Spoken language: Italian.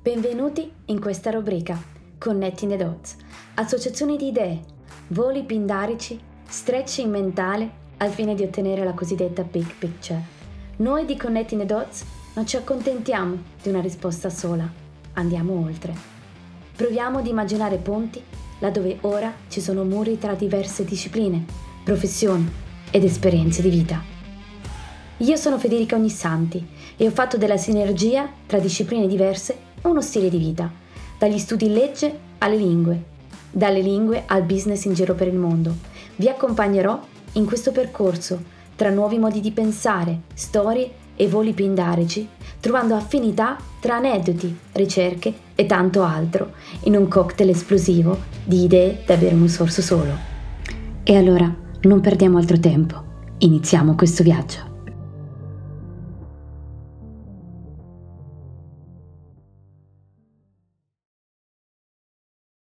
Benvenuti in questa rubrica Connecting the Dots, associazione di idee, voli pindarici, stretching mentale al fine di ottenere la cosiddetta big picture. Noi di Connecting the Dots non ci accontentiamo di una risposta sola, andiamo oltre. Proviamo ad immaginare ponti laddove ora ci sono muri tra diverse discipline, professioni ed esperienze di vita. Io sono Federica Ognissanti e ho fatto della sinergia tra discipline diverse uno stile di vita, dagli studi in legge alle lingue, dalle lingue al business in giro per il mondo. Vi accompagnerò in questo percorso tra nuovi modi di pensare, storie e voli pindarici, trovando affinità tra aneddoti, ricerche e tanto altro, in un cocktail esplosivo di idee da bere un sorso solo. E allora, non perdiamo altro tempo, iniziamo questo viaggio.